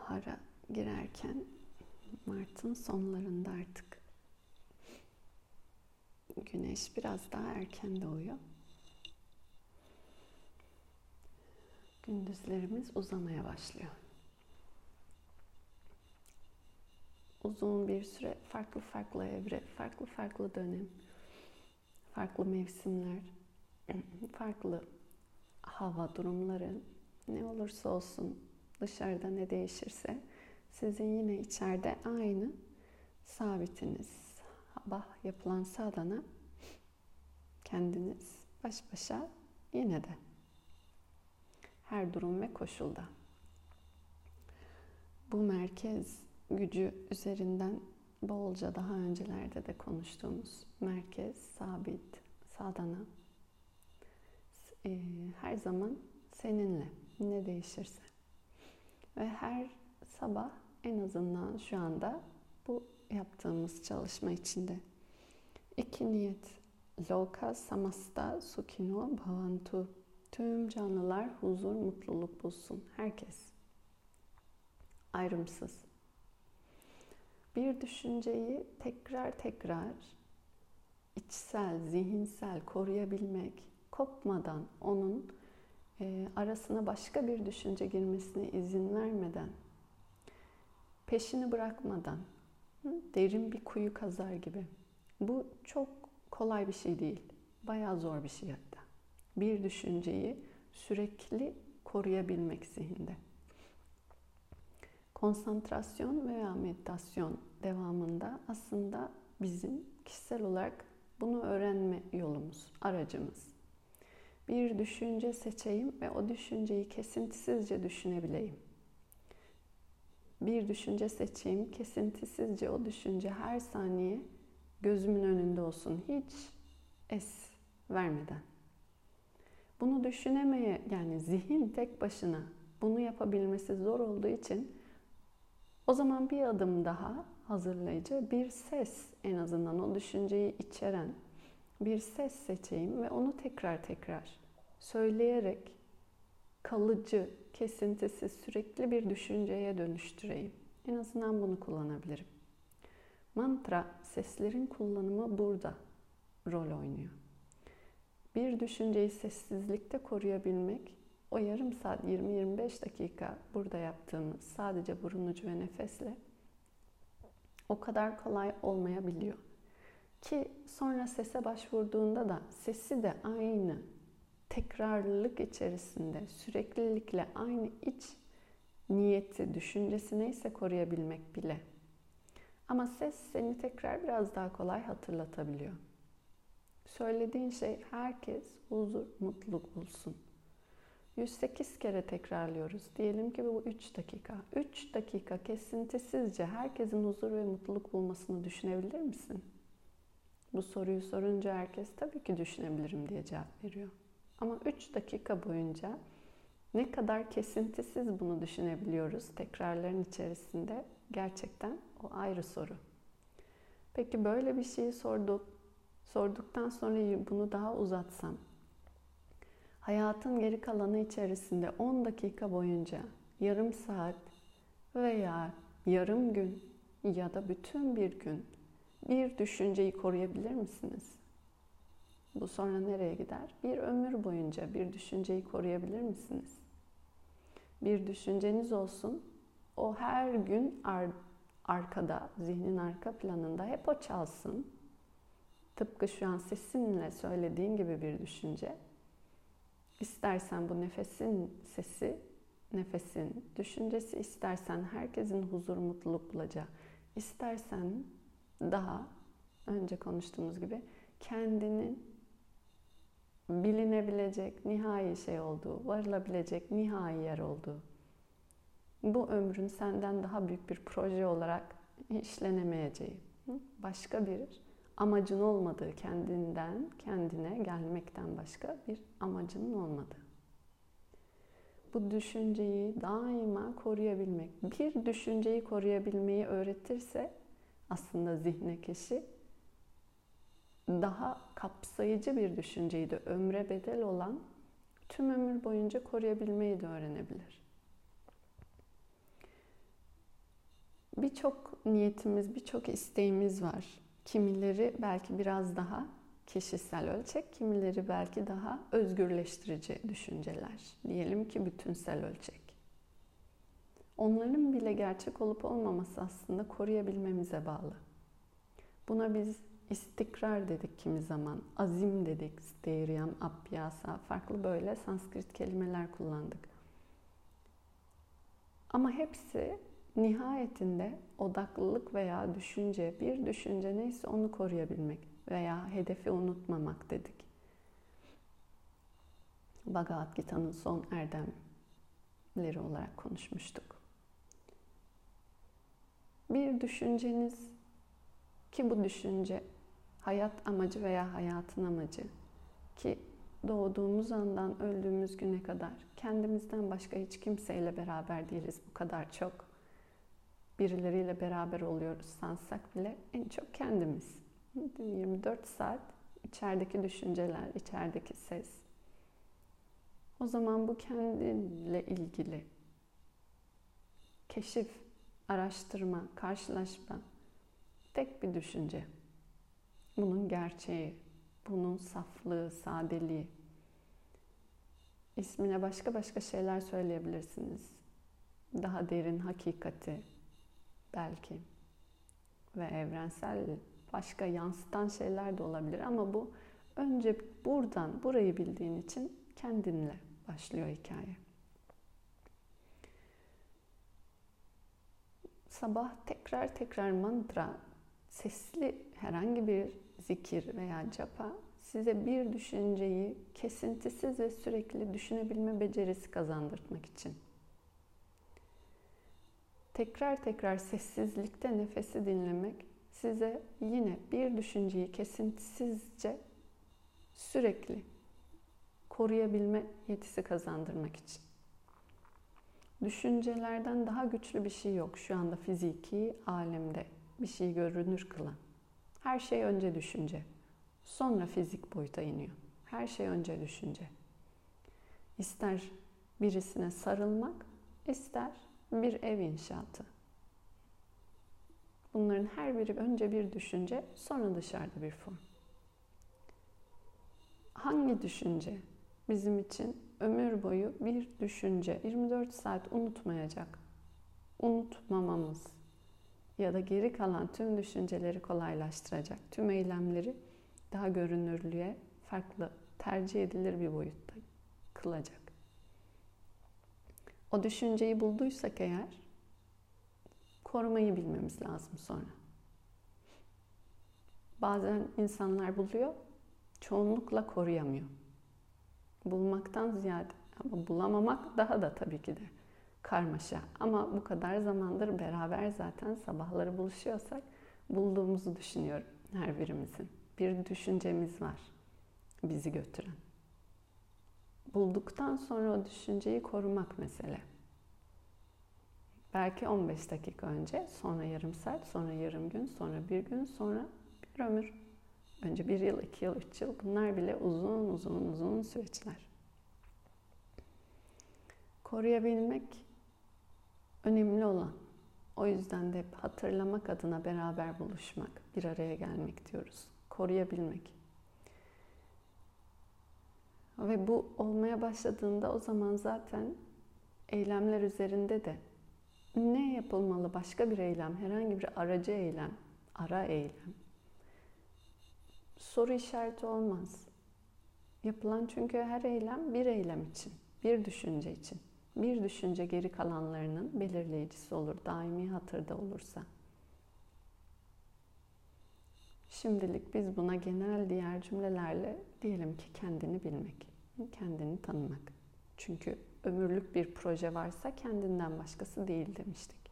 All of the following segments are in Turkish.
bahara girerken Mart'ın sonlarında artık güneş biraz daha erken doğuyor. Gündüzlerimiz uzamaya başlıyor. Uzun bir süre farklı farklı evre, farklı farklı dönem, farklı mevsimler, farklı hava durumları, ne olursa olsun dışarıda ne değişirse sizin yine içeride aynı sabitiniz. Sabah yapılan sadhana kendiniz baş başa yine de her durum ve koşulda. Bu merkez gücü üzerinden bolca daha öncelerde de konuştuğumuz merkez, sabit, sadhana her zaman seninle ne değişirse. Ve her sabah en azından şu anda bu yaptığımız çalışma içinde 2 niyet. Loka samasta sukhino bhavantu. Tüm canlılar huzur, mutluluk bulsun. Herkes. Ayrımsız. Bir düşünceyi tekrar içsel, zihinsel koruyabilmek, kopmadan onun arasına başka bir düşünce girmesine izin vermeden, peşini bırakmadan, derin bir kuyu kazar gibi. Bu çok kolay bir şey değil. Bayağı zor bir şey hatta. Bir düşünceyi sürekli koruyabilmek zihinde. Konsantrasyon veya meditasyon devamında aslında bizim kişisel olarak bunu öğrenme yolumuz, aracımız. Bir düşünce seçeyim ve o düşünceyi kesintisizce düşünebileyim. Bir düşünce seçeyim, kesintisizce o düşünce her saniye gözümün önünde olsun. Hiç es vermeden. Bunu düşünemeye, yani zihin tek başına bunu yapabilmesi zor olduğu için o zaman bir adım daha hazırlayıcı bir ses, en azından o düşünceyi içeren bir ses seçeyim ve onu tekrar söyleyerek kalıcı, kesintisiz, sürekli bir düşünceye dönüştüreyim. En azından bunu kullanabilirim. Mantra, seslerin kullanımı burada rol oynuyor. Bir düşünceyi sessizlikte koruyabilmek, o yarım saat, 20-25 dakika burada yaptığımız sadece burun ucu ve nefesle o kadar kolay olmayabiliyor. Ki sonra sese başvurduğunda da sesi de aynı tekrarlılık içerisinde, süreklilikle aynı iç niyeti, düşüncesi neyse koruyabilmek bile. Ama ses seni tekrar biraz daha kolay hatırlatabiliyor. Söylediğin şey herkes huzur, mutluluk bulsun. 108 kere tekrarlıyoruz. Diyelim ki bu 3 dakika. 3 dakika kesintisizce herkesin huzur ve mutluluk bulmasını düşünebilir misin? Bu soruyu sorunca herkes tabii ki düşünebilirim diye cevap veriyor. Ama 3 dakika boyunca ne kadar kesintisiz bunu düşünebiliyoruz tekrarların içerisinde, gerçekten o ayrı soru. Peki böyle bir şeyi sorduktan sonra bunu daha uzatsam, hayatın geri kalanı içerisinde 10 dakika boyunca yarım saat veya yarım gün ya da bütün bir gün bir düşünceyi koruyabilir misiniz? Bu sonra nereye gider? Bir ömür boyunca bir düşünceyi koruyabilir misiniz? Bir düşünceniz olsun, o her gün arkada, zihnin arka planında hep o çalsın. Tıpkı şu an sesinle söylediğin gibi bir düşünce. İstersen bu nefesin sesi, nefesin düşüncesi, istersen herkesin huzur, mutluluk bulacağı, istersen daha önce konuştuğumuz gibi kendinin bilinebilecek nihai şey olduğu, varılabilecek nihai yer olduğu, bu ömrün senden daha büyük bir proje olarak işlenemeyeceği, başka bir amacın olmadığı, kendinden kendine gelmekten başka bir amacının olmadığı. Bu düşünceyi daima koruyabilmek, bir düşünceyi koruyabilmeyi öğretirse aslında zihne kişi daha kapsayıcı bir düşünceyi de, ömre bedel olan tüm ömür boyunca koruyabilmeyi de öğrenebilir. Birçok niyetimiz, birçok isteğimiz var. Kimileri belki biraz daha kişisel ölçek, kimileri belki daha özgürleştirici düşünceler. Diyelim ki bütünsel ölçek. Onların bile gerçek olup olmaması aslında koruyabilmemize bağlı. Buna biz istikrar dedik kimi zaman, azim dedik, steiryam, apyasa, farklı böyle Sanskrit kelimeler kullandık. Ama hepsi nihayetinde odaklılık veya düşünce, bir düşünce neyse onu koruyabilmek veya hedefi unutmamak dedik. Bhagavad Gita'nın son erdemleri olarak konuşmuştuk. Bir düşünceniz ki bu düşünce hayat amacı veya hayatın amacı ki doğduğumuz andan öldüğümüz güne kadar kendimizden başka hiç kimseyle beraber değiliz. Bu kadar çok birileriyle beraber oluyoruz sansak bile en çok kendimiz. 24 saat içerideki düşünceler, içerideki ses. O zaman bu kendinle ilgili keşif, araştırma, karşılaşma tek bir düşünce. Bunun gerçeği, bunun saflığı, sadeliği. İsmine başka şeyler söyleyebilirsiniz. Daha derin hakikati belki ve evrensel başka yansıtan şeyler de olabilir ama bu önce burayı bildiğin için kendinle başlıyor hikaye. Sabah tekrar mantra, sesli herhangi bir zikir veya japa size bir düşünceyi kesintisiz ve sürekli düşünebilme becerisi kazandırmak için. Tekrar sessizlikte nefesi dinlemek size yine bir düşünceyi kesintisizce sürekli koruyabilme yetisi kazandırmak için. Düşüncelerden daha güçlü bir şey yok şu anda fiziki alemde bir şey görünür kılan. Her şey önce düşünce. Sonra fizik boyuta iniyor. Her şey önce düşünce. İster birisine sarılmak, ister bir ev inşaatı. Bunların her biri önce bir düşünce, sonra dışarıda bir form. Hangi düşünce bizim için ömür boyu bir düşünce, 24 saat unutmayacak, unutmamamız ya da geri kalan tüm düşünceleri kolaylaştıracak, tüm eylemleri daha görünürlüğe, farklı, tercih edilir bir boyutta kılacak. O düşünceyi bulduysak eğer, korumayı bilmemiz lazım sonra. Bazen insanlar buluyor, çoğunlukla koruyamıyor. Bulmaktan ziyade ama bulamamak daha da tabii ki de karmaşa. Ama bu kadar zamandır beraber zaten sabahları buluşuyorsak bulduğumuzu düşünüyorum her birimizin. Bir düşüncemiz var bizi götüren. Bulduktan sonra o düşünceyi korumak mesele. Belki 15 dakika önce, sonra yarım saat, sonra yarım gün, sonra bir gün, sonra bir ömür. Önce 1 yıl, 2 yıl, 3 yıl. Bunlar bile uzun süreçler. Koruyabilmek önemli olan. O yüzden de hep hatırlamak adına beraber buluşmak, bir araya gelmek diyoruz. Koruyabilmek. Ve bu olmaya başladığında o zaman zaten eylemler üzerinde de ne yapılmalı başka bir eylem, herhangi bir aracı eylem, ara eylem. Soru işareti olmaz. Yapılan çünkü her eylem bir eylem için, bir düşünce için. Bir düşünce geri kalanlarının belirleyicisi olur, daimi hatırda olursa. Şimdilik biz buna genel diğer cümlelerle diyelim ki kendini bilmek, kendini tanımak. Çünkü ömürlük bir proje varsa kendinden başkası değil demiştik.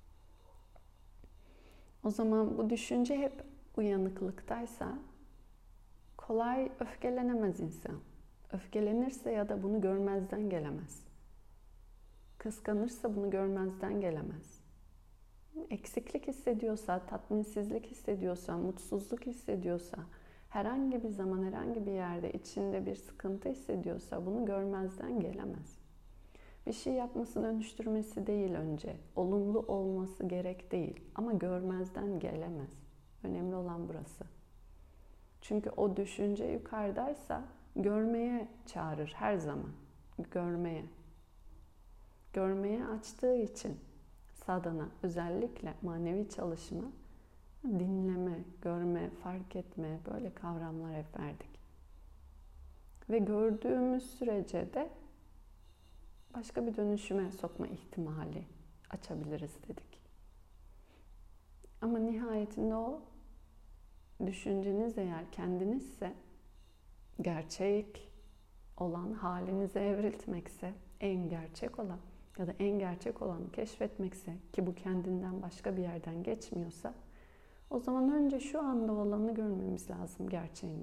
O zaman bu düşünce hep uyanıklıktaysa kolay öfkelenemez insan. Öfkelenirse ya da bunu görmezden gelemez. Kıskanırsa bunu görmezden gelemez. Eksiklik hissediyorsa, tatminsizlik hissediyorsa, mutsuzluk hissediyorsa, herhangi bir zaman, herhangi bir yerde içinde bir sıkıntı hissediyorsa bunu görmezden gelemez. Bir şey yapması, dönüştürmesi değil önce. Olumlu olması gerek değil. Ama görmezden gelemez. Önemli olan burası. Çünkü o düşünce yukarıdaysa görmeye çağırır her zaman. Görmeye. Görmeye açtığı için sadhana, özellikle manevi çalışma, dinleme, görme, fark etme, böyle kavramlar hep verdik. Ve gördüğümüz sürece de başka bir dönüşüme sokma ihtimali açabiliriz dedik. Ama nihayetinde o düşünceniz eğer kendinizse, gerçek olan halinize evriltmekse, en gerçek olan ya da en gerçek olanı keşfetmekse, ki bu kendinden başka bir yerden geçmiyorsa, o zaman önce şu anda olanı görmemiz lazım gerçeğinde.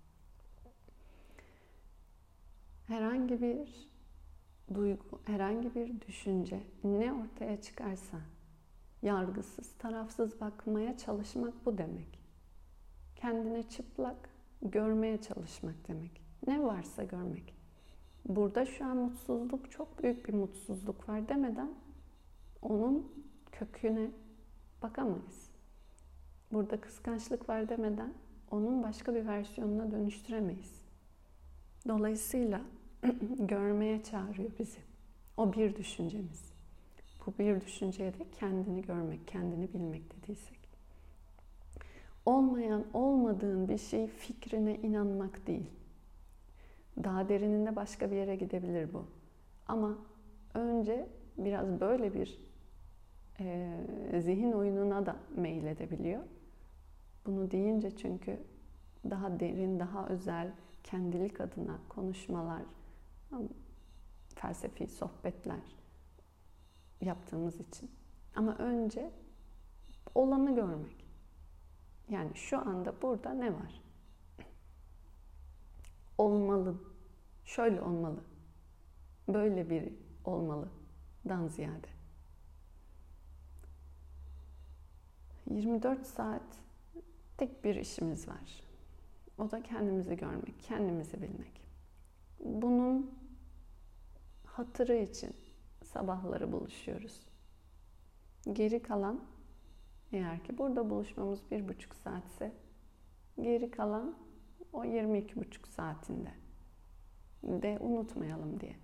Herhangi bir duygu, herhangi bir düşünce ne ortaya çıkarsa yargısız, tarafsız bakmaya çalışmak bu demek. Kendine çıplak görmeye çalışmak demek. Ne varsa görmek. Burada şu an mutsuzluk, çok büyük bir mutsuzluk var demeden onun köküne bakamayız. Burada kıskançlık var demeden onun başka bir versiyonuna dönüştüremeyiz. Dolayısıyla görmeye çağırıyor bizi. O bir düşüncemiz. Bu bir düşünceye de kendini görmek, kendini bilmek dediysek. Olmayan, olmadığın bir şey fikrine inanmak değil. Daha derininde başka bir yere gidebilir bu. Ama önce biraz böyle bir zihin oyununa da meyledebiliyor. Bunu deyince çünkü daha derin, daha özel, kendilik adına konuşmalar, felsefi sohbetler yaptığımız için. Ama önce olanı görmek. Yani şu anda burada ne var? Olmalı, şöyle olmalı, böyle biri olmalıdan ziyade. 24 saat tek bir işimiz var. O da kendimizi görmek, kendimizi bilmek. Bunun hatırı için sabahları buluşuyoruz. Geri kalan, eğer ki burada buluşmamız 1,5 saatse, geri kalan o 22,5 saatinde de unutmayalım diye.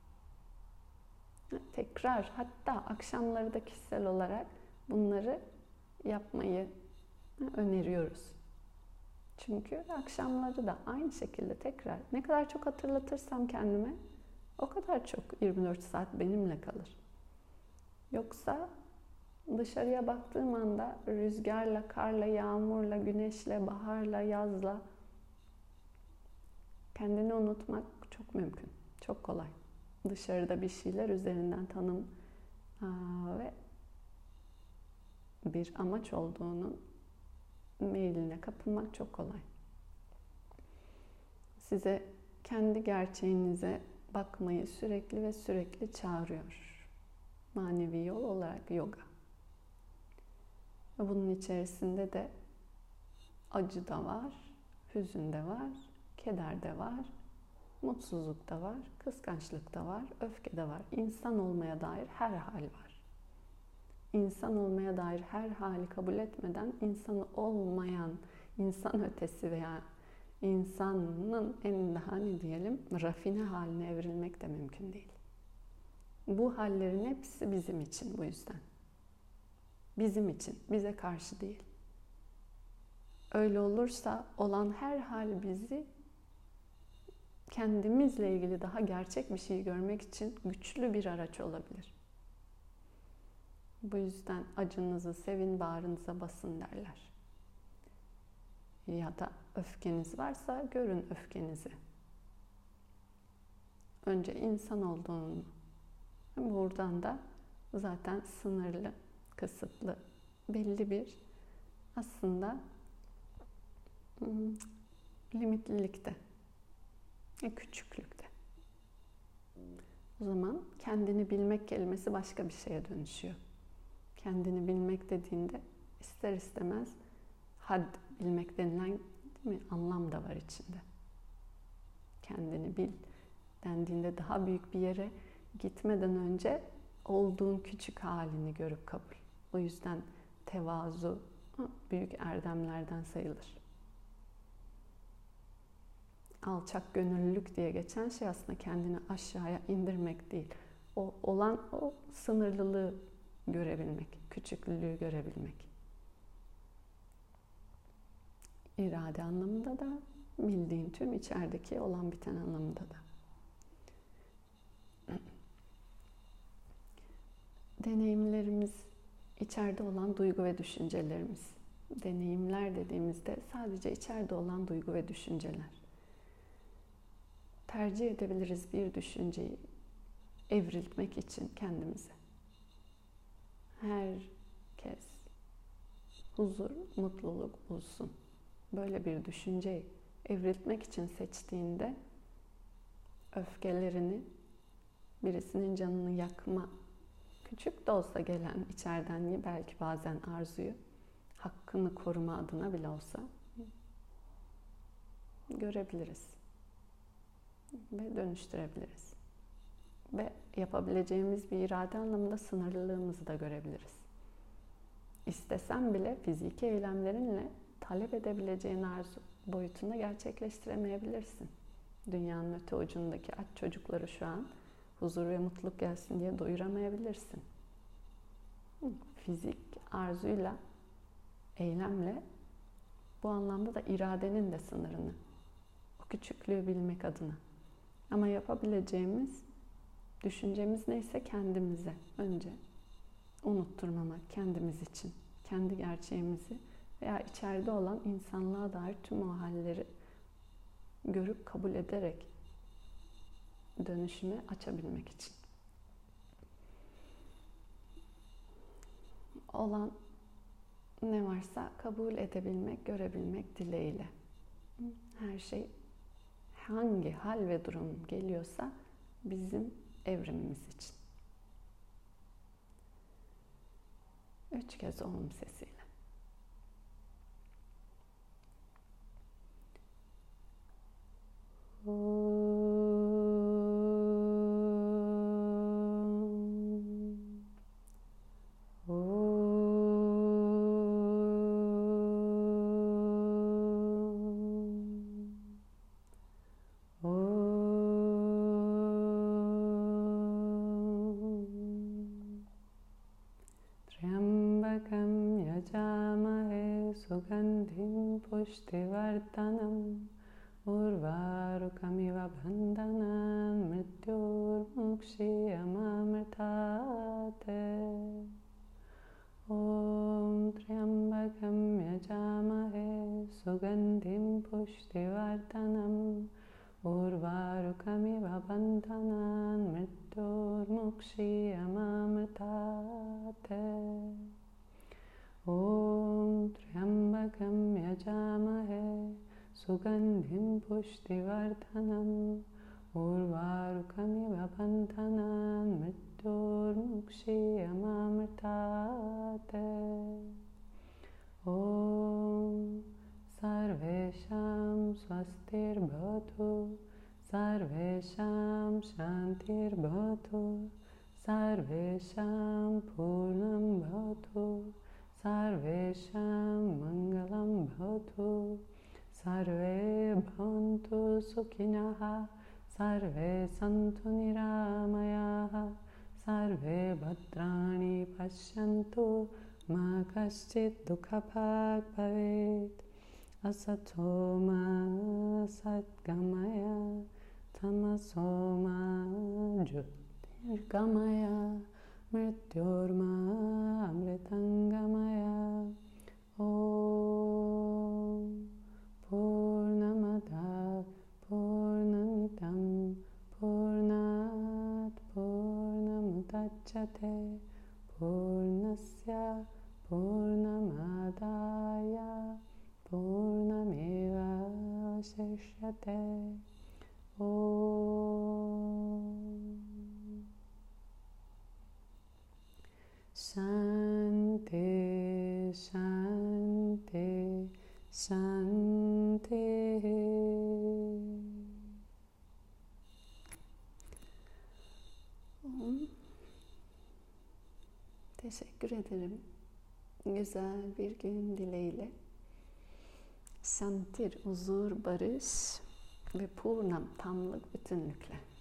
Tekrar, hatta akşamları da kişisel olarak bunları yapmayı öneriyoruz. Çünkü akşamları da aynı şekilde tekrar ne kadar çok hatırlatırsam kendime o kadar çok 24 saat benimle kalır. Yoksa dışarıya baktığım anda rüzgarla, karla, yağmurla, güneşle, baharla, yazla kendini unutmak çok mümkün, çok kolay. Dışarıda bir şeyler üzerinden tanım ve bir amaç olduğunun meyline kapılmak çok kolay. Size kendi gerçeğinize bakmayı sürekli ve sürekli çağırıyor. Manevi yol olarak yoga. Ve bunun içerisinde de acı da var, hüzün de var, keder de var, mutsuzluk da var, kıskançlık da var, öfke de var. İnsan olmaya dair her hal var. İnsan olmaya dair her hali kabul etmeden insanı olmayan, insan ötesi veya insanın en daha ne diyelim rafine haline evrilmek de mümkün değil. Bu hallerin hepsi bizim için bu yüzden. Bizim için, bize karşı değil. Öyle olursa olan her hal bizi kendimizle ilgili daha gerçek bir şey görmek için güçlü bir araç olabilir. Bu yüzden acınızı sevin, bağrınıza basın derler. Ya da öfkeniz varsa görün öfkenizi. Önce insan olduğunu. Buradan da zaten sınırlı, kısıtlı, belli bir aslında limitlilikte, küçüklükte. O zaman kendini bilmek kelimesi başka bir şeye dönüşüyor. Kendini bilmek dediğinde ister istemez had bilmek denilen değil mi, anlam da var içinde. Kendini bil dendiğinde daha büyük bir yere gitmeden önce olduğun küçük halini görüp kabul. O yüzden tevazu büyük erdemlerden sayılır. Alçak gönüllülük diye geçen şey aslında kendini aşağıya indirmek değil. O sınırlılığı görebilmek, küçüklüğü görebilmek. İrade anlamında da, bildiğin tüm içerideki olan biten anlamında da. Deneyimlerimiz, içeride olan duygu ve düşüncelerimiz. Deneyimler dediğimizde sadece içeride olan duygu ve düşünceler. Tercih edebiliriz bir düşünceyi evriltmek için kendimize. Herkes huzur, mutluluk bulsun. Böyle bir düşünceyi evriltmek için seçtiğinde öfkelerini, birisinin canını yakma, küçük de olsa gelen içeriden belki bazen arzuyu, hakkını koruma adına bile olsa görebiliriz ve dönüştürebiliriz. Ve yapabileceğimiz bir irade anlamında sınırlılığımızı da görebiliriz. İstesen bile fiziki eylemlerinle talep edebileceğin arzu boyutunda gerçekleştiremeyebilirsin. Dünyanın öte ucundaki aç çocukları şu an huzur ve mutluluk gelsin diye doyuramayabilirsin. Fizik arzuyla, eylemle bu anlamda da iradenin de sınırını, o küçüklüğü bilmek adına. Ama yapabileceğimiz, düşüncemiz neyse kendimize önce unutturmamak, kendimiz için, kendi gerçeğimizi veya içeride olan insanlığa dair tüm o halleri görüp kabul ederek dönüşüme açabilmek için. Olan ne varsa kabul edebilmek, görebilmek dileğiyle. Her şey hangi hal ve durum geliyorsa bizim evrimimiz için. 3 kez Om sesiyle. Trambakam yajamahe sugandhim pushtivartanam urvarukamiva bandhanan mrityurmukshiyamamritate. Om Trambakam yajamahe sugandhim pushtivartanam urvarukamiva bandhanan mrityurmukshiyamamritate. Om Trambakam yajamahe sugandhim pushtivartanam urvarukamiva bandhanan mrityurmukshiyamamritate. Om Sarvesham Swastirbhavatu Sarvesham Shantirbhavatu Sarvesham Purnam Bhavatu Sarvesham Mangalam Bhavatu Sarve Bhavantu Sukhinaha Sarve Santu Niramayaha Sarve Bhadrani Pashyantu Ma Kaschit Dukhabhag Bhavet. Asatoma Satgamaya Tamasoma Jyotirgamaya Mrityorma Amritangamaya. Om Purnamada Purnamidam Purnat Purnamudachyate Purnasya Purnamadaya Purnameva Vasishyate. Om Shanti Shanti Shanti. Teşekkür ederim. Güzel bir gün dileğiyle. Şantir, huzur, barış ve purnam, tamlık, bütünlükle.